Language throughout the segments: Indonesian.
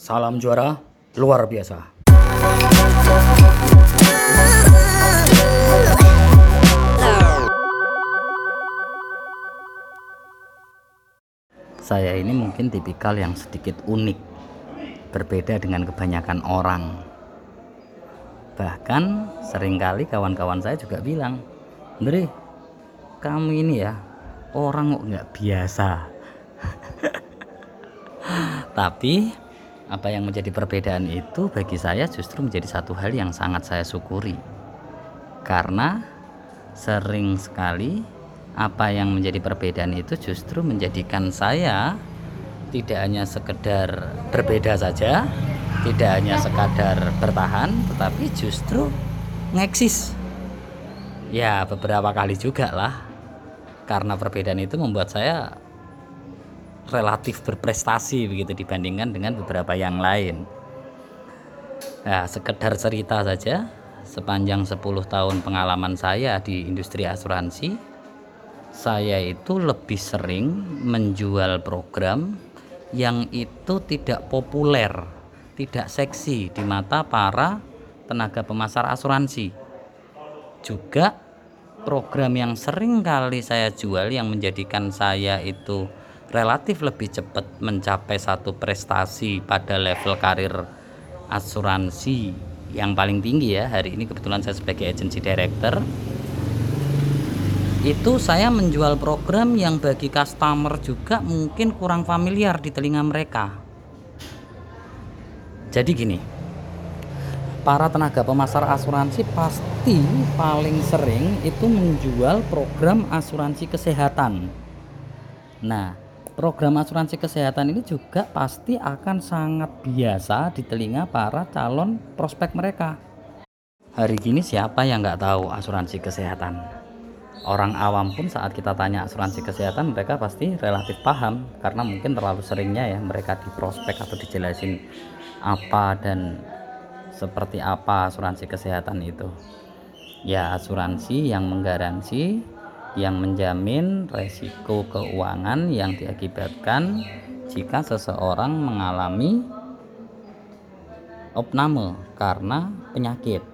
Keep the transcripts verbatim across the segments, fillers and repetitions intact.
Salam juara luar biasa. Saya ini mungkin tipikal yang sedikit unik, berbeda dengan kebanyakan orang. Bahkan seringkali kawan-kawan saya juga bilang, Andre, kamu ini ya orang kok nggak biasa. Tapi apa yang menjadi perbedaan itu bagi saya justru menjadi satu hal yang sangat saya syukuri, karena sering sekali apa yang menjadi perbedaan itu justru menjadikan saya tidak hanya sekedar berbeda saja, tidak hanya sekadar bertahan, tetapi justru ngeksis. Ya beberapa kali juga lah, karena perbedaan itu membuat saya relatif berprestasi begitu dibandingkan dengan beberapa yang lain. Nah, sekedar cerita saja, sepanjang sepuluh tahun pengalaman saya di industri asuransi, saya itu lebih sering menjual program yang itu tidak populer, tidak seksi di mata para tenaga pemasar asuransi. Juga program yang sering kali saya jual yang menjadikan saya itu relatif lebih cepat mencapai satu prestasi pada level karir asuransi yang paling tinggi ya. Hari ini kebetulan saya sebagai agency director. Itu saya menjual program yang bagi customer juga mungkin kurang familiar di telinga mereka. Jadi gini, para tenaga pemasar asuransi pasti paling sering itu menjual program asuransi kesehatan. Nah, program asuransi kesehatan ini juga pasti akan sangat biasa di telinga para calon prospek mereka. Hari gini siapa yang nggak tahu asuransi kesehatan? Orang awam pun saat kita tanya asuransi kesehatan, mereka pasti relatif paham, karena mungkin terlalu seringnya ya mereka di prospek atau dijelasin apa dan seperti apa asuransi kesehatan itu. Ya, asuransi yang menggaransi, yang menjamin resiko keuangan yang diakibatkan jika seseorang mengalami opname karena penyakit.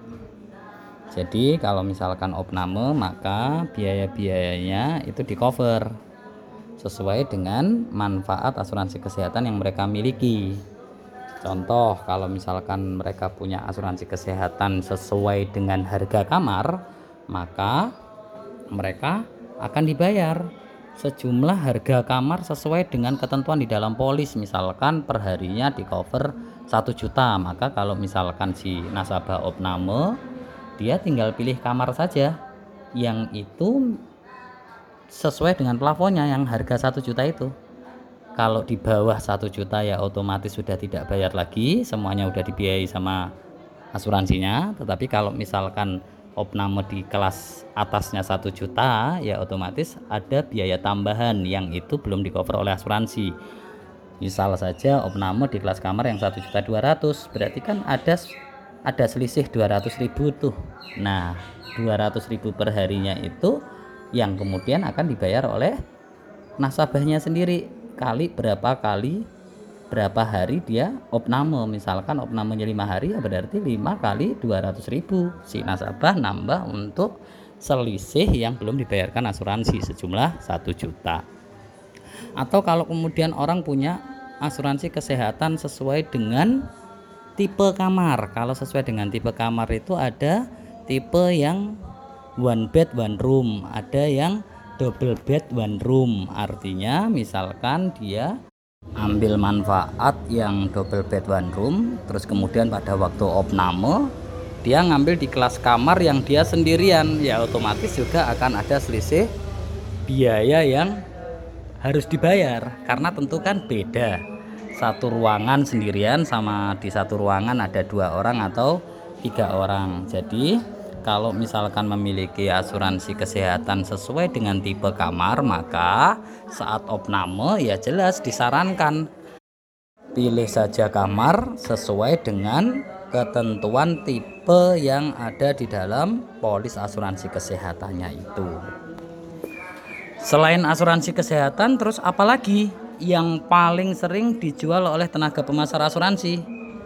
Jadi kalau misalkan opname, maka biaya-biayanya itu di cover sesuai dengan manfaat asuransi kesehatan yang mereka miliki. Contoh, kalau misalkan mereka punya asuransi kesehatan sesuai dengan harga kamar, maka mereka akan dibayar sejumlah harga kamar sesuai dengan ketentuan di dalam polis. Misalkan perharinya di cover satu juta, maka kalau misalkan si nasabah opname, dia tinggal pilih kamar saja yang itu sesuai dengan plafonnya yang harga satu juta itu. Kalau di bawah satu juta ya otomatis sudah tidak bayar lagi, semuanya udah dibiayai sama asuransinya. Tetapi kalau misalkan opname di kelas atasnya satu juta, ya otomatis ada biaya tambahan yang itu belum di cover oleh asuransi. Misal saja opname di kelas kamar yang satu juta dua ratus, berarti kan ada ada selisih dua ratus ribu tuh. Nah, dua ratus ribu per harinya itu yang kemudian akan dibayar oleh nasabahnya sendiri kali berapa kali berapa hari dia opname. Misalkan opnamenya lima hari, ya berarti lima kali dua ratus ribu si nasabah nambah untuk selisih yang belum dibayarkan asuransi sejumlah satu juta. Atau kalau kemudian orang punya asuransi kesehatan sesuai dengan tipe kamar. Kalau sesuai dengan tipe kamar itu ada tipe yang one bed one room, ada yang double bed one room. Artinya misalkan dia ambil manfaat yang double bed one room, terus kemudian pada waktu opname dia ngambil di kelas kamar yang dia sendirian, ya otomatis juga akan ada selisih biaya yang harus dibayar, karena tentu kan beda satu ruangan sendirian sama di satu ruangan ada dua orang atau tiga orang. Jadi kalau misalkan memiliki asuransi kesehatan sesuai dengan tipe kamar, maka saat opname ya jelas disarankan pilih saja kamar sesuai dengan ketentuan tipe yang ada di dalam polis asuransi kesehatannya itu. Selain asuransi kesehatan, terus apalagi yang paling sering dijual oleh tenaga pemasar asuransi?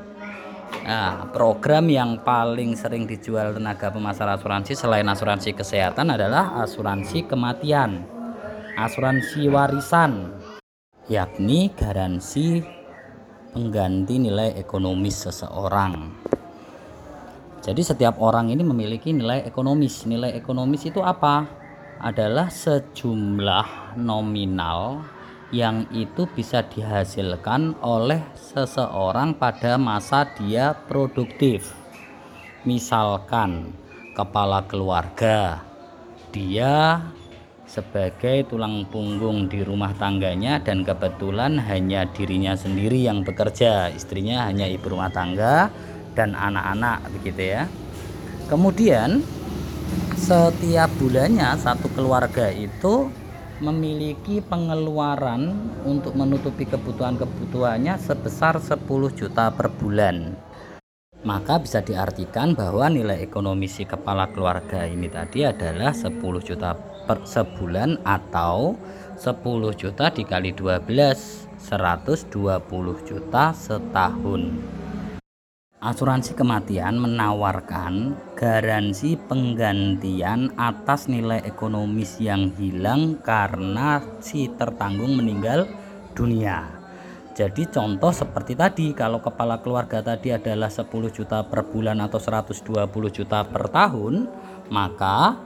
Nah, program yang paling sering dijual tenaga pemasar asuransi selain asuransi kesehatan adalah asuransi kematian, asuransi warisan, yakni garansi pengganti nilai ekonomis seseorang. Jadi setiap orang ini memiliki nilai ekonomis. Nilai ekonomis itu apa? Adalah sejumlah nominal yang itu bisa dihasilkan oleh seseorang pada masa dia produktif. Misalkan kepala keluarga, dia sebagai tulang punggung di rumah tangganya dan kebetulan hanya dirinya sendiri yang bekerja, istrinya hanya ibu rumah tangga dan anak-anak, begitu ya. Kemudian setiap bulannya satu keluarga itu memiliki pengeluaran untuk menutupi kebutuhan-kebutuhannya sebesar sepuluh juta per bulan. Maka bisa diartikan bahwa nilai ekonomi si kepala keluarga ini tadi adalah sepuluh juta per sebulan, atau sepuluh juta dikali dua belas, seratus dua puluh juta setahun. Asuransi kematian menawarkan garansi penggantian atas nilai ekonomis yang hilang karena si tertanggung meninggal dunia. Jadi contoh seperti tadi, kalau kepala keluarga tadi adalah sepuluh juta per bulan atau seratus dua puluh juta per tahun, maka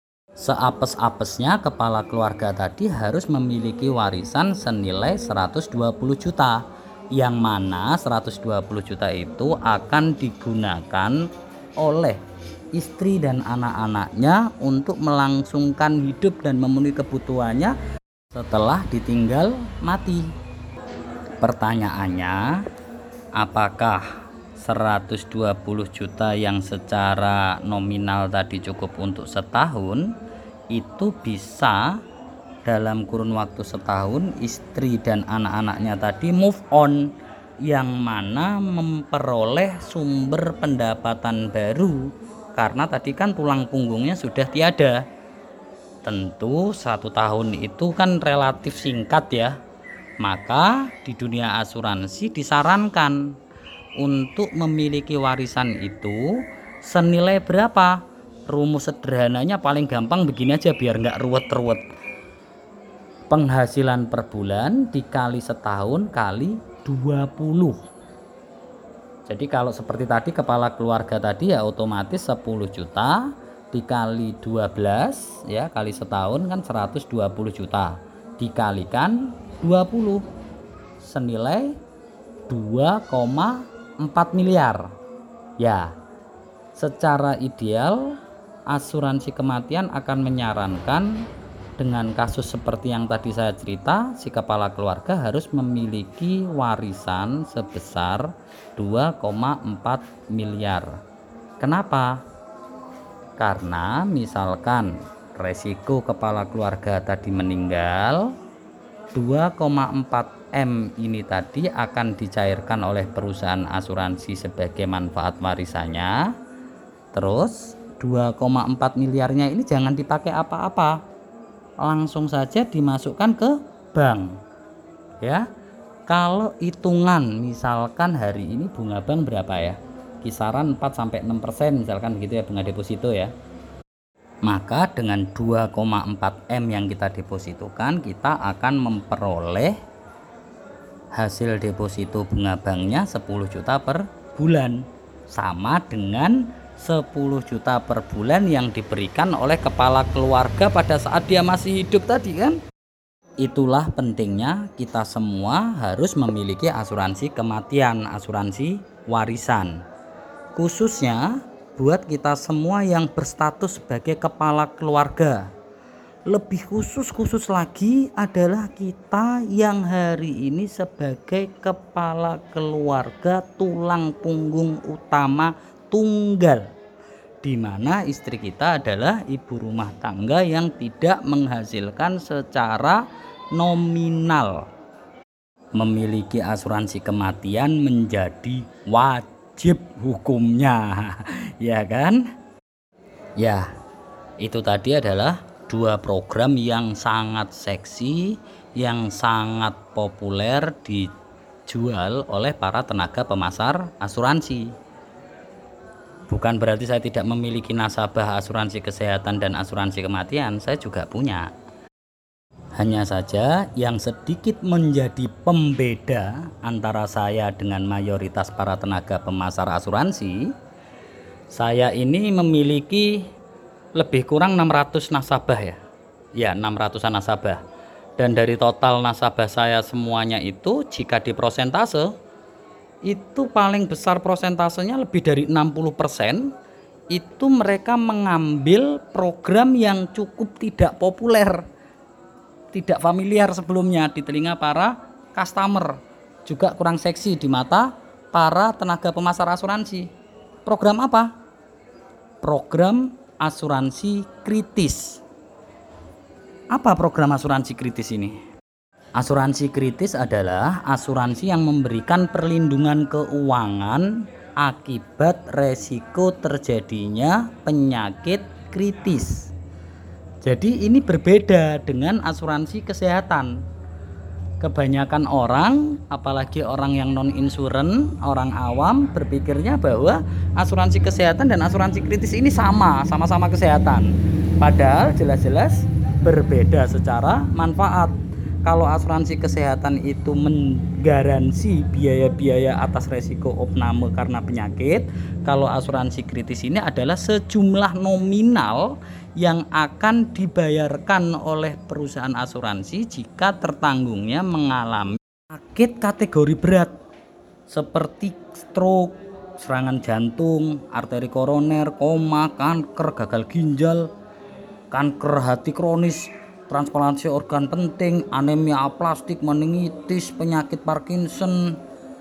seapes-apesnya kepala keluarga tadi harus memiliki warisan senilai seratus dua puluh juta, yang mana seratus dua puluh juta itu akan digunakan oleh istri dan anak-anaknya untuk melangsungkan hidup dan memenuhi kebutuhannya setelah ditinggal mati. Pertanyaannya, apakah seratus dua puluh juta yang secara nominal tadi cukup untuk setahun? Itu bisa dalam kurun waktu setahun istri dan anak-anaknya tadi move on, yang mana memperoleh sumber pendapatan baru karena tadi kan tulang punggungnya sudah tiada. Tentu satu tahun itu kan relatif singkat ya, maka di dunia asuransi disarankan untuk memiliki warisan itu senilai berapa? Rumus sederhananya paling gampang begini aja biar nggak ruwet-ruwet. Penghasilan per bulan dikali setahun kali dua puluh. Jadi kalau seperti tadi kepala keluarga tadi ya otomatis sepuluh juta dikali dua belas ya kali setahun kan seratus dua puluh juta, dikalikan dua puluh senilai dua koma empat miliar. Ya, secara ideal asuransi kematian akan menyarankan dengan kasus seperti yang tadi saya cerita, si kepala keluarga harus memiliki warisan sebesar dua koma empat miliar. Kenapa? Karena misalkan resiko kepala keluarga tadi meninggal, dua koma empat M ini tadi akan dicairkan oleh perusahaan asuransi sebagai manfaat warisannya. Terus dua koma empat miliarnya ini jangan dipakai apa-apa, langsung saja dimasukkan ke bank ya. Kalau hitungan misalkan hari ini bunga bank berapa ya, kisaran empat sampai enam persen misalkan begitu ya bunga deposito ya, maka dengan dua koma empat M yang kita depositokan kita akan memperoleh hasil deposito bunga banknya sepuluh juta per bulan, sama dengan sepuluh juta per bulan yang diberikan oleh kepala keluarga pada saat dia masih hidup tadi kan. Itulah pentingnya kita semua harus memiliki asuransi kematian, asuransi warisan, khususnya buat kita semua yang berstatus sebagai kepala keluarga. Lebih khusus-khusus lagi adalah kita yang hari ini sebagai kepala keluarga tulang punggung utama tunggal, di mana istri kita adalah ibu rumah tangga yang tidak menghasilkan secara nominal. Memiliki asuransi kematian menjadi wajib hukumnya, ya kan? Ya, itu tadi adalah dua program yang sangat seksi yang sangat populer dijual oleh para tenaga pemasar asuransi. Bukan berarti saya tidak memiliki nasabah asuransi kesehatan dan asuransi kematian, saya juga punya. Hanya saja yang sedikit menjadi pembeda antara saya dengan mayoritas para tenaga pemasar asuransi, saya ini memiliki lebih kurang enam ratus nasabah ya. Ya, enam ratusan nasabah. Dan dari total nasabah saya semuanya itu jika diprosentase, itu paling besar prosentasenya lebih dari enam puluh persen itu mereka mengambil program yang cukup tidak populer, tidak familiar sebelumnya di telinga para customer, juga kurang seksi di mata para tenaga pemasar asuransi. Program apa? Program asuransi kritis. Apa program asuransi kritis ini? Asuransi kritis adalah asuransi yang memberikan perlindungan keuangan akibat resiko terjadinya penyakit kritis. Jadi ini berbeda dengan asuransi kesehatan. Kebanyakan orang, apalagi orang yang non insurance, orang awam berpikirnya bahwa asuransi kesehatan dan asuransi kritis ini sama, sama-sama kesehatan. Padahal jelas-jelas berbeda secara manfaat. Kalau asuransi kesehatan itu menggaransi biaya-biaya atas resiko opname karena penyakit, kalau asuransi kritis ini adalah sejumlah nominal yang akan dibayarkan oleh perusahaan asuransi jika tertanggungnya mengalami sakit kategori berat seperti stroke, serangan jantung, arteri koroner, koma, kanker, gagal ginjal, kanker hati kronis, transplantasi organ penting, anemia aplastik, meningitis, penyakit Parkinson,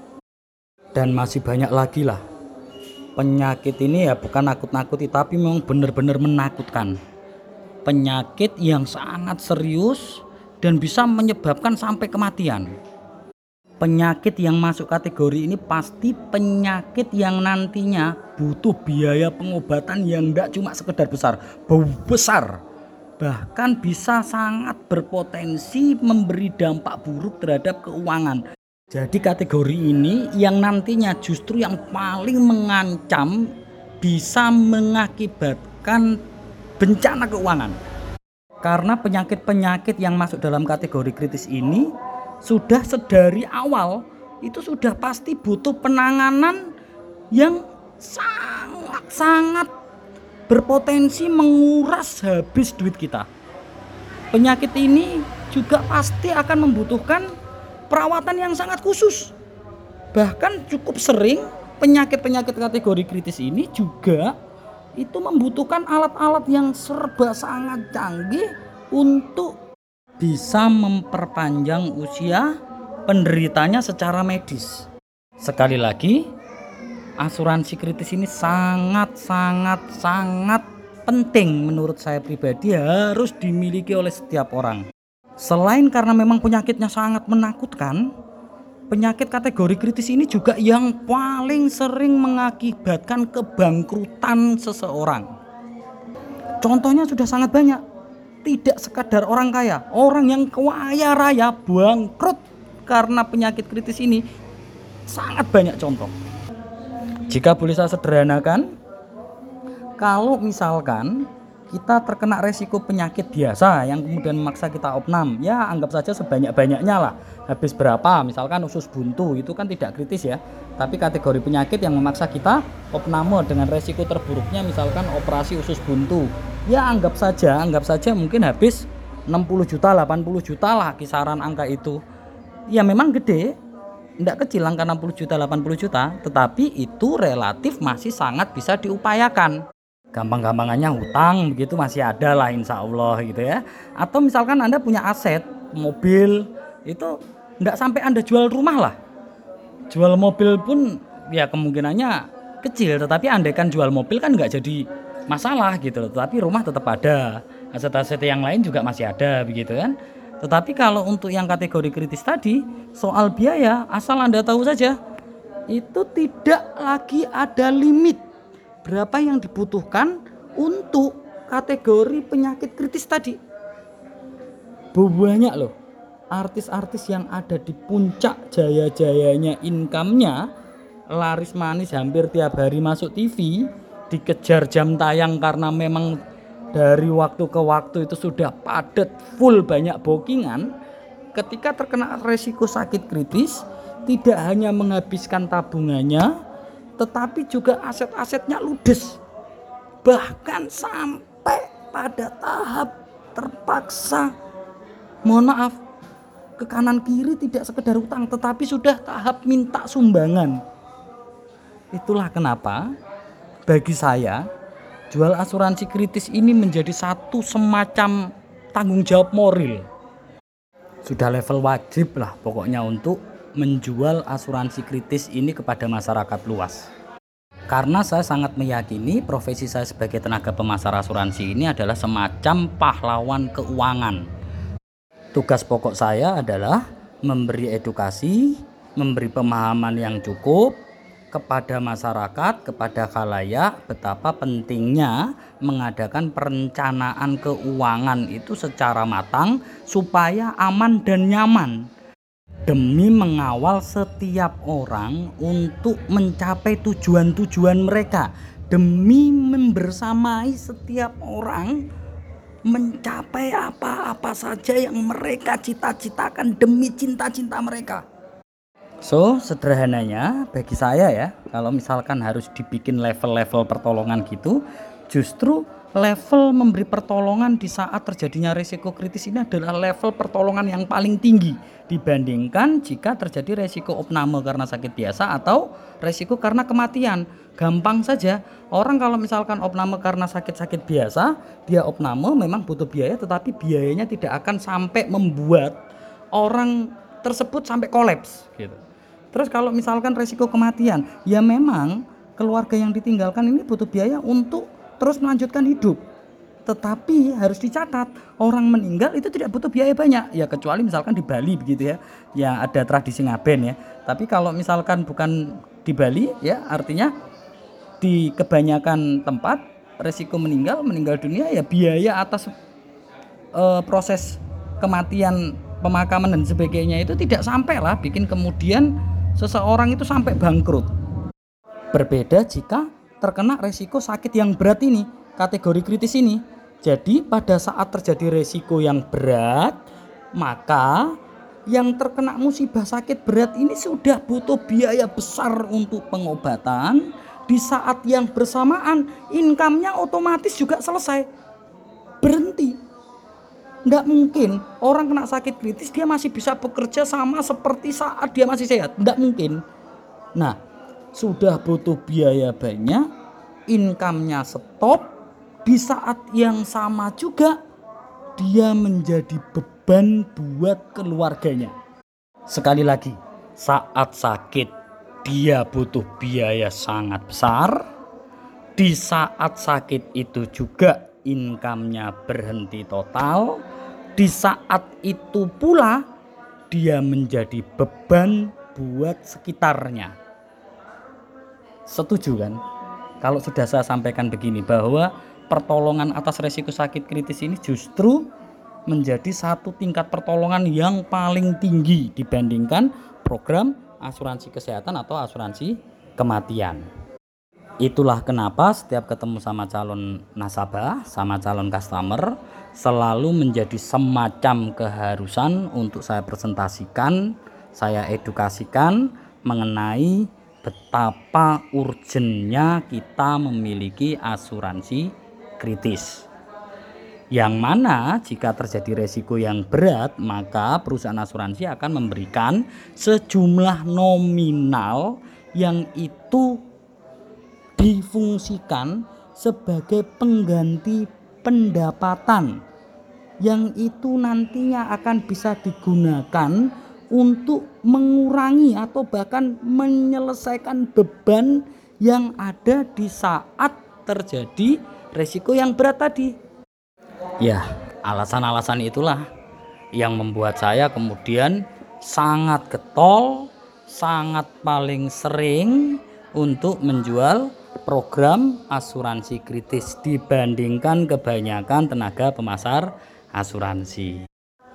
dan masih banyak lagi lah. Penyakit ini ya bukan nakut-nakuti, tapi memang benar-benar menakutkan. Penyakit yang sangat serius dan bisa menyebabkan sampai kematian. Penyakit yang masuk kategori ini pasti penyakit yang nantinya butuh biaya pengobatan yang tidak cuma sekedar besar, bau besar. Bahkan bisa sangat berpotensi memberi dampak buruk terhadap keuangan. Jadi kategori ini yang nantinya justru yang paling mengancam, bisa mengakibatkan bencana keuangan. Karena penyakit-penyakit yang masuk dalam kategori kritis ini sudah sedari awal itu sudah pasti butuh penanganan yang sangat-sangat berpotensi menguras habis duit kita. Penyakit ini juga pasti akan membutuhkan perawatan yang sangat khusus. Bahkan cukup sering penyakit-penyakit kategori kritis ini juga itu membutuhkan alat-alat yang serba sangat canggih untuk bisa memperpanjang usia penderitanya secara medis. Sekali lagi, asuransi kritis ini sangat sangat sangat penting menurut saya pribadi, harus dimiliki oleh setiap orang. Selain karena memang penyakitnya sangat menakutkan, penyakit kategori kritis ini juga yang paling sering mengakibatkan kebangkrutan seseorang. Contohnya sudah sangat banyak. Tidak sekadar orang kaya, orang yang kaya raya bangkrut karena penyakit kritis ini sangat banyak contoh. Jika boleh saya sederhanakan, kalau misalkan kita terkena resiko penyakit biasa yang kemudian memaksa kita opnam, ya anggap saja sebanyak-banyaknya lah. Habis berapa, misalkan usus buntu, itu kan tidak kritis ya. Tapi kategori penyakit yang memaksa kita opname dengan resiko terburuknya misalkan operasi usus buntu, ya anggap saja, anggap saja mungkin habis enam puluh juta, delapan puluh juta lah kisaran angka itu. Ya memang gede, tidak kecil angka enam puluh juta, delapan puluh juta, tetapi itu relatif masih sangat bisa diupayakan. Gampang-gampangannya hutang begitu masih ada lah insya Allah gitu ya. Atau misalkan Anda punya aset mobil, itu tidak sampai Anda jual rumah lah. Jual mobil pun ya kemungkinannya kecil, tetapi andaikan jual mobil kan nggak jadi masalah gitu. Tetapi rumah tetap ada, aset-aset yang lain juga masih ada begitu kan. Tetapi kalau untuk yang kategori kritis tadi, soal biaya asal Anda tahu saja, itu tidak lagi ada limit berapa yang dibutuhkan untuk kategori penyakit kritis tadi. Banyak loh. artis-artis yang ada di puncak jaya-jayanya income-nya, laris manis hampir tiap hari masuk T V, dikejar jam tayang karena memang dari waktu ke waktu itu sudah padat, full, banyak bookingan. Ketika terkena resiko sakit kritis, tidak hanya menghabiskan tabungannya, tetapi juga aset-asetnya ludes. Bahkan sampai pada tahap terpaksa, mohon maaf, ke kanan kiri tidak sekedar utang, tetapi sudah tahap minta sumbangan. Itulah kenapa bagi saya jual asuransi kritis ini menjadi satu semacam tanggung jawab moral. Sudah level wajib lah pokoknya untuk menjual asuransi kritis ini kepada masyarakat luas. Karena saya sangat meyakini profesi saya sebagai tenaga pemasar asuransi ini adalah semacam pahlawan keuangan. Tugas pokok saya adalah memberi edukasi, memberi pemahaman yang cukup kepada masyarakat, kepada khalayak, betapa pentingnya mengadakan perencanaan keuangan itu secara matang supaya aman dan nyaman, demi mengawal setiap orang untuk mencapai tujuan-tujuan mereka, demi membersamai setiap orang mencapai apa-apa saja yang mereka cita-citakan demi cinta-cinta mereka. So, sederhananya bagi saya ya, kalau misalkan harus dibikin level-level pertolongan gitu, justru level memberi pertolongan di saat terjadinya risiko kritis ini adalah level pertolongan yang paling tinggi dibandingkan jika terjadi risiko opname karena sakit biasa atau risiko karena kematian. Gampang saja, orang kalau misalkan opname karena sakit-sakit biasa, dia opname memang butuh biaya, tetapi biayanya tidak akan sampai membuat orang tersebut sampai kolaps gitu. Terus kalau misalkan resiko kematian, ya memang keluarga yang ditinggalkan ini butuh biaya untuk terus melanjutkan hidup. Tetapi harus dicatat, orang meninggal itu tidak butuh biaya banyak. Ya kecuali misalkan di Bali begitu ya, ya ada tradisi ngaben ya. Tapi kalau misalkan bukan di Bali ya, artinya di kebanyakan tempat resiko meninggal, meninggal dunia ya biaya atas uh, proses kematian, pemakaman dan sebagainya itu tidak sampai lah bikin kemudian seseorang itu sampai bangkrut. Berbeda jika terkena resiko sakit yang berat ini, kategori kritis ini. Jadi pada saat terjadi resiko yang berat, maka yang terkena musibah sakit berat ini sudah butuh biaya besar untuk pengobatan. Di saat yang bersamaan income-nya otomatis juga selesai, berhenti. Nggak mungkin orang kena sakit kritis dia masih bisa bekerja sama seperti saat dia masih sehat. Nggak mungkin. Nah, sudah butuh biaya banyak, income-nya stop, di saat yang sama juga dia menjadi beban buat keluarganya. Sekali lagi, saat sakit dia butuh biaya sangat besar. Di saat sakit itu juga income-nya berhenti total. Di saat itu pula dia menjadi beban buat sekitarnya. Setuju kan? Kalau sudah saya sampaikan begini, bahwa pertolongan atas resiko sakit kritis ini justru menjadi satu tingkat pertolongan yang paling tinggi dibandingkan program asuransi kesehatan atau asuransi kematian. Itulah kenapa setiap ketemu sama calon nasabah, sama calon customer, selalu menjadi semacam keharusan untuk saya presentasikan, saya edukasikan mengenai betapa urgennya kita memiliki asuransi kritis. Yang mana jika terjadi resiko yang berat, maka perusahaan asuransi akan memberikan sejumlah nominal yang itu difungsikan sebagai pengganti pendapatan, yang itu nantinya akan bisa digunakan untuk mengurangi atau bahkan menyelesaikan beban yang ada di saat terjadi resiko yang berat tadi. Ya, alasan-alasan itulah yang membuat saya kemudian sangat getol, sangat paling sering untuk menjual program asuransi kritis dibandingkan kebanyakan tenaga pemasar asuransi.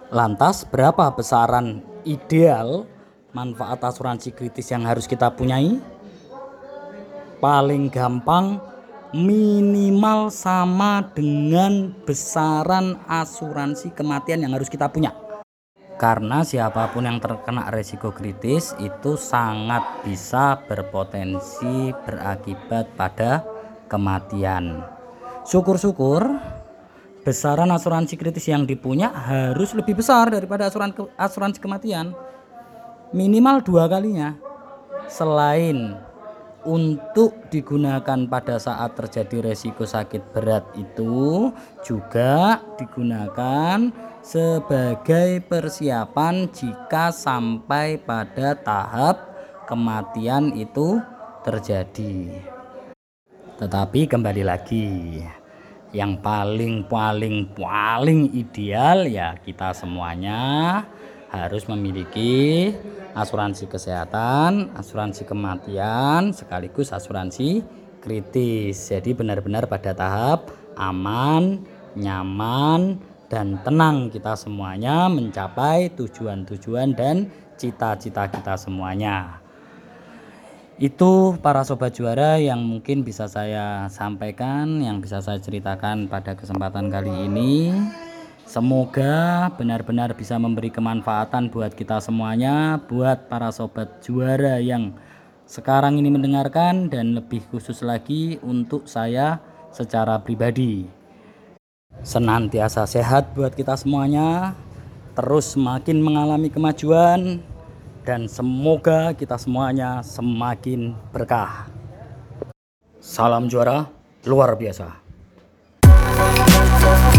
Lantas berapa besaran ideal manfaat asuransi kritis yang harus kita punyai? Paling gampang minimal sama dengan besaran asuransi kematian yang harus kita punya. Karena siapapun yang terkena resiko kritis itu sangat bisa berpotensi berakibat pada kematian. Syukur-syukur besaran asuransi kritis yang dipunya harus lebih besar daripada asuransi, asuransi kematian, minimal dua kalinya. Selain untuk digunakan pada saat terjadi resiko sakit berat, itu juga digunakan sebagai persiapan jika sampai pada tahap kematian itu terjadi. Tetapi kembali lagi, yang paling paling paling ideal ya kita semuanya harus memiliki asuransi kesehatan, asuransi kematian, sekaligus asuransi kritis. Jadi benar-benar pada tahap aman, nyaman, dan tenang kita semuanya mencapai tujuan-tujuan dan cita-cita kita semuanya. Itu para sobat juara yang mungkin bisa saya sampaikan, yang bisa saya ceritakan pada kesempatan kali ini. Semoga benar-benar bisa memberi kemanfaatan buat kita semuanya, buat para sobat juara yang sekarang ini mendengarkan, dan lebih khusus lagi untuk saya secara pribadi. Senantiasa sehat buat kita semuanya, terus semakin mengalami kemajuan, dan semoga kita semuanya semakin berkah. Salam juara luar biasa.